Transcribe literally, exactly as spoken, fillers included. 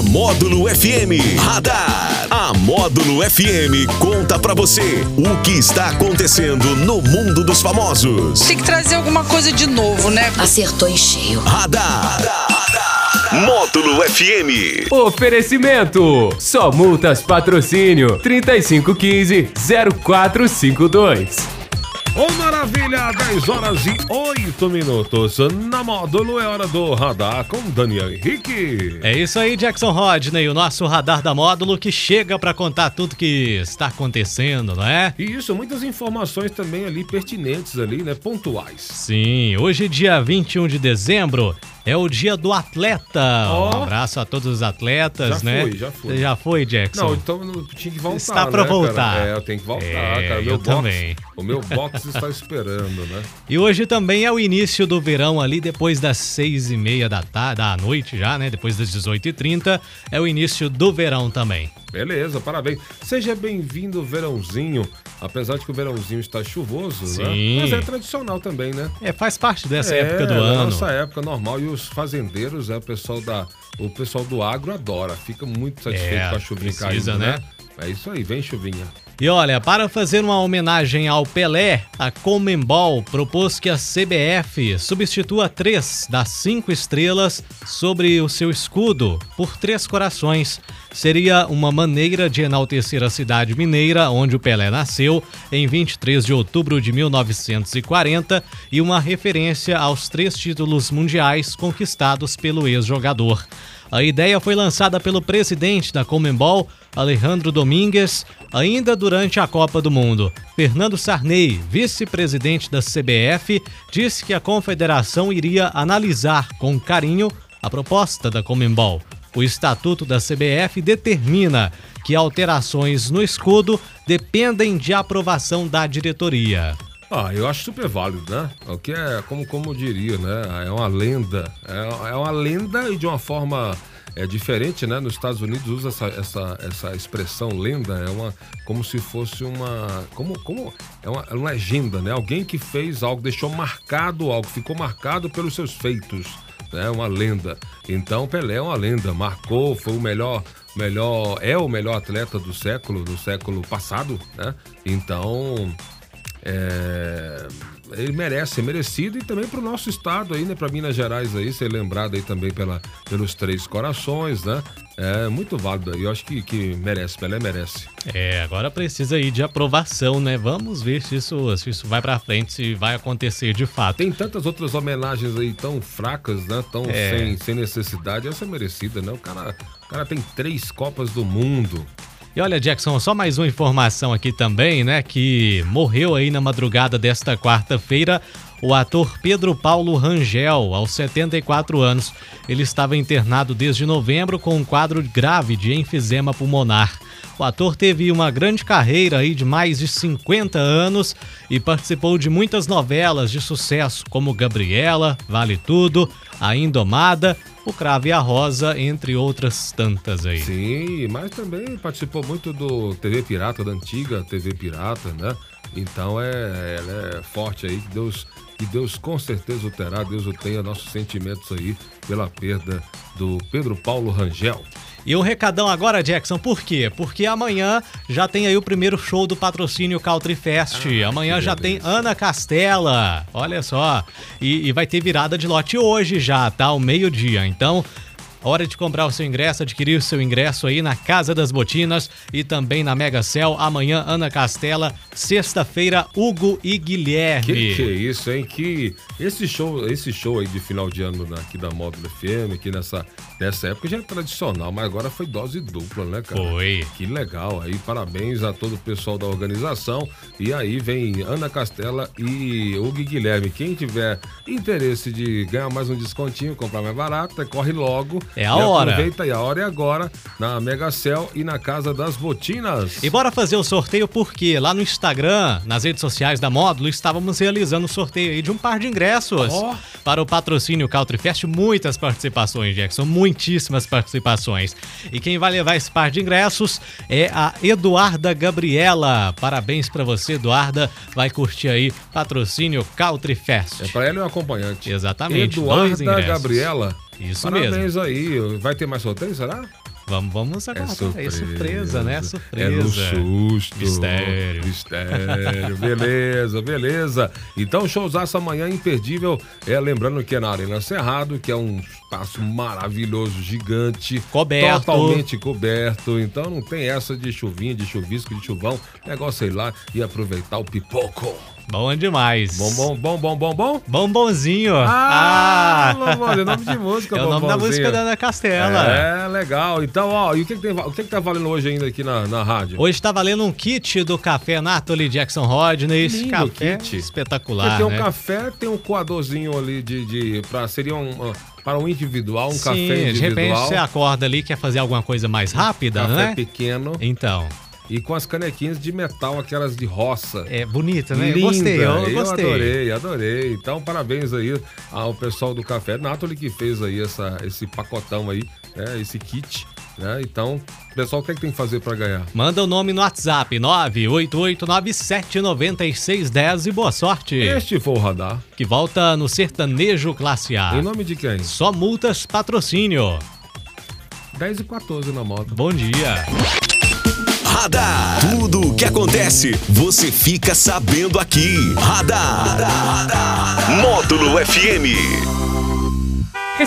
Módulo F M Radar. A Módulo F M conta pra você o que está acontecendo no mundo dos famosos. Tem que trazer alguma coisa de novo, né? Acertou em cheio. Radar. Radar, radar. Módulo F M. Oferecimento. Só Multas Patrocínio trinta e cinco quinze, zero quatro cinco dois. Ô, maravilha, dez horas e oito minutos. Na Módulo é hora do Radar com Daniel Henrique. É isso aí, Jackson Rodney, o nosso Radar da Módulo que chega pra contar tudo que está acontecendo, não é? E isso, muitas informações também ali pertinentes ali, né, pontuais. Sim, hoje dia vinte e um de dezembro é o dia do atleta. Oh. Um abraço a todos os atletas, já né? Foi, já foi. Já foi, Jackson? Não, então eu tinha que voltar, Está pra né, voltar. Cara? É, eu tenho que voltar, é, cara. Meu eu box, também. O meu box está esperando, né? E hoje também é o início do verão ali, depois das seis e meia da tarde, da noite já, né? Depois das dezoito e trinta, é o início do verão também. Beleza, parabéns. Seja bem-vindo, verãozinho. Apesar de que o verãozinho está chuvoso, Sim. né? Mas é tradicional também, né? É, faz parte dessa é, época do é ano. Nossa época normal. E os fazendeiros, é, o pessoal da, o pessoal do agro adora. Fica muito satisfeito É, com a chuvinha precisa, caindo, né? né? É isso aí, vem chuvinha. E olha, para fazer uma homenagem ao Pelé, a Conmebol propôs que a C B F substitua três das cinco estrelas sobre o seu escudo por três corações. Seria uma maneira de enaltecer a cidade mineira onde o Pelé nasceu em vinte e três de outubro de mil novecentos e quarenta e uma referência aos três títulos mundiais conquistados pelo ex-jogador. A ideia foi lançada pelo presidente da Conmebol, Alejandro Domingues, ainda durante a Copa do Mundo. Fernando Sarney, vice-presidente da C B F, disse que a confederação iria analisar com carinho a proposta da Conmebol. O Estatuto da C B F determina que alterações no escudo dependem de aprovação da diretoria. Ah, eu acho super válido, né? O que é, como, como eu diria, né? É uma lenda. É, é uma lenda e de uma forma é, diferente, né? Nos Estados Unidos usa essa, essa, essa expressão lenda, é uma, como se fosse uma... Como, como, é uma, é uma legenda, né? Alguém que fez algo, deixou marcado algo, ficou marcado pelos seus feitos, né? Uma lenda. Então, Pelé é uma lenda, marcou, foi o melhor... melhor é o melhor atleta do século, do século passado, né? Então... É, ele merece, é merecido e também para o nosso estado aí, né, para Minas Gerais aí, ser lembrado aí também pela, pelos Três Corações, né, é muito válido aí, eu acho que, que merece, Pelé merece. É, agora precisa aí de aprovação, né, vamos ver se isso, se isso vai pra frente, se vai acontecer de fato. Tem tantas outras homenagens aí tão fracas, né, tão é. sem, sem necessidade, essa é merecida, né, o cara, o cara tem três Copas do Mundo. E olha, Jackson, só mais uma informação aqui também, né, que morreu aí na madrugada desta quarta-feira o ator Pedro Paulo Rangel, aos setenta e quatro anos. Ele estava internado desde novembro com um quadro grave de enfisema pulmonar. O ator teve uma grande carreira aí de mais de cinquenta anos e participou de muitas novelas de sucesso, como Gabriela, Vale Tudo, A Indomada, O Cravo e a Rosa, entre outras tantas aí. Sim, mas também participou muito do T V Pirata, da antiga T V Pirata, né? Então é, ela é forte aí, que Deus, que Deus com certeza o terá, Deus o tenha, nossos sentimentos aí pela perda do Pedro Paulo Rangel. E um recadão agora, Jackson, por quê? Porque amanhã já tem aí o primeiro show do patrocínio Country Fest. Ah, amanhã já tem Ana Castela, olha só. E, e vai ter virada de lote hoje já, tá? Ao meio-dia. Então, hora de comprar o seu ingresso, adquirir o seu ingresso aí na Casa das Botinas e também na Mega Cell. Amanhã, Ana Castela, sexta-feira, Hugo e Guilherme. Que que é isso, hein? Que esse show, esse show aí de final de ano aqui da Módulo F M, aqui nessa, nessa época já é tradicional, mas agora foi dose dupla, né, cara? Foi. Que legal aí, parabéns a todo o pessoal da organização. E aí vem Ana Castela e Hugo e Guilherme. Quem tiver interesse de ganhar mais um descontinho, comprar mais barato, corre logo. É a hora. Aproveita e a hora é agora na Mega Cell e na Casa das Botinas. E bora fazer o sorteio porque lá no Instagram, nas redes sociais da Módulo, estávamos realizando o sorteio aí de um par de ingressos oh. para o patrocínio Country Fest. Muitas participações, Jackson, muitíssimas participações. E quem vai levar esse par de ingressos é a Eduarda Gabriela. Parabéns pra você, Eduarda. Vai curtir aí patrocínio Country Fest. É pra ela e o acompanhante. Exatamente. Eduarda Gabriela. Isso Parabéns mesmo. aí. Vai ter mais sorteio, será? Vamos, vamos aguardar. É surpresa, é surpresa, né? Surpresa. É no susto. Mistério. Mistério. Beleza, beleza. Então, showzaço amanhã imperdível. É, lembrando que é na Arena Cerrado, que é um espaço maravilhoso, gigante. Coberto. Totalmente coberto. Então, não tem essa de chuvinha, de chuvisco, de chuvão. Negócio, sei lá, e aproveitar o pipoco. Bom demais. Bom, bom, bom, bom, bom, bom? Bombonzinho. Ah, ah. É nome de música, é o nome da música da Ana Castela. É, legal. Então, ó, e o que que, tem, o que que tá valendo hoje ainda aqui na, na rádio? Hoje tá valendo um kit do café Nathalie Jackson Rodney. Esse Lindo café kit. espetacular, Porque tem um né? café, tem um coadorzinho ali de, de pra, seria um, para um individual, um Sim, café individual. de repente você acorda ali, quer fazer alguma coisa mais rápida, café né? pequeno. Então. E com as canequinhas de metal, aquelas de roça. É bonita, né? Linda. Eu gostei, eu, eu gostei. adorei, adorei. Então, parabéns aí ao pessoal do Café Nathalie que fez aí essa, esse pacotão aí, né? Esse kit, né? Então, pessoal, o que é que tem que fazer para ganhar? Manda o nome no WhatsApp, nove oito oito nove sete nove seis um zero e boa sorte. Este foi o Radar. Que volta no Sertanejo Classe A. Em nome de quem? Só Multas Patrocínio. dez e quatorze na moto. Bom dia. Radar. Tudo o que acontece, você fica sabendo aqui. Radar. Radar. Módulo F M.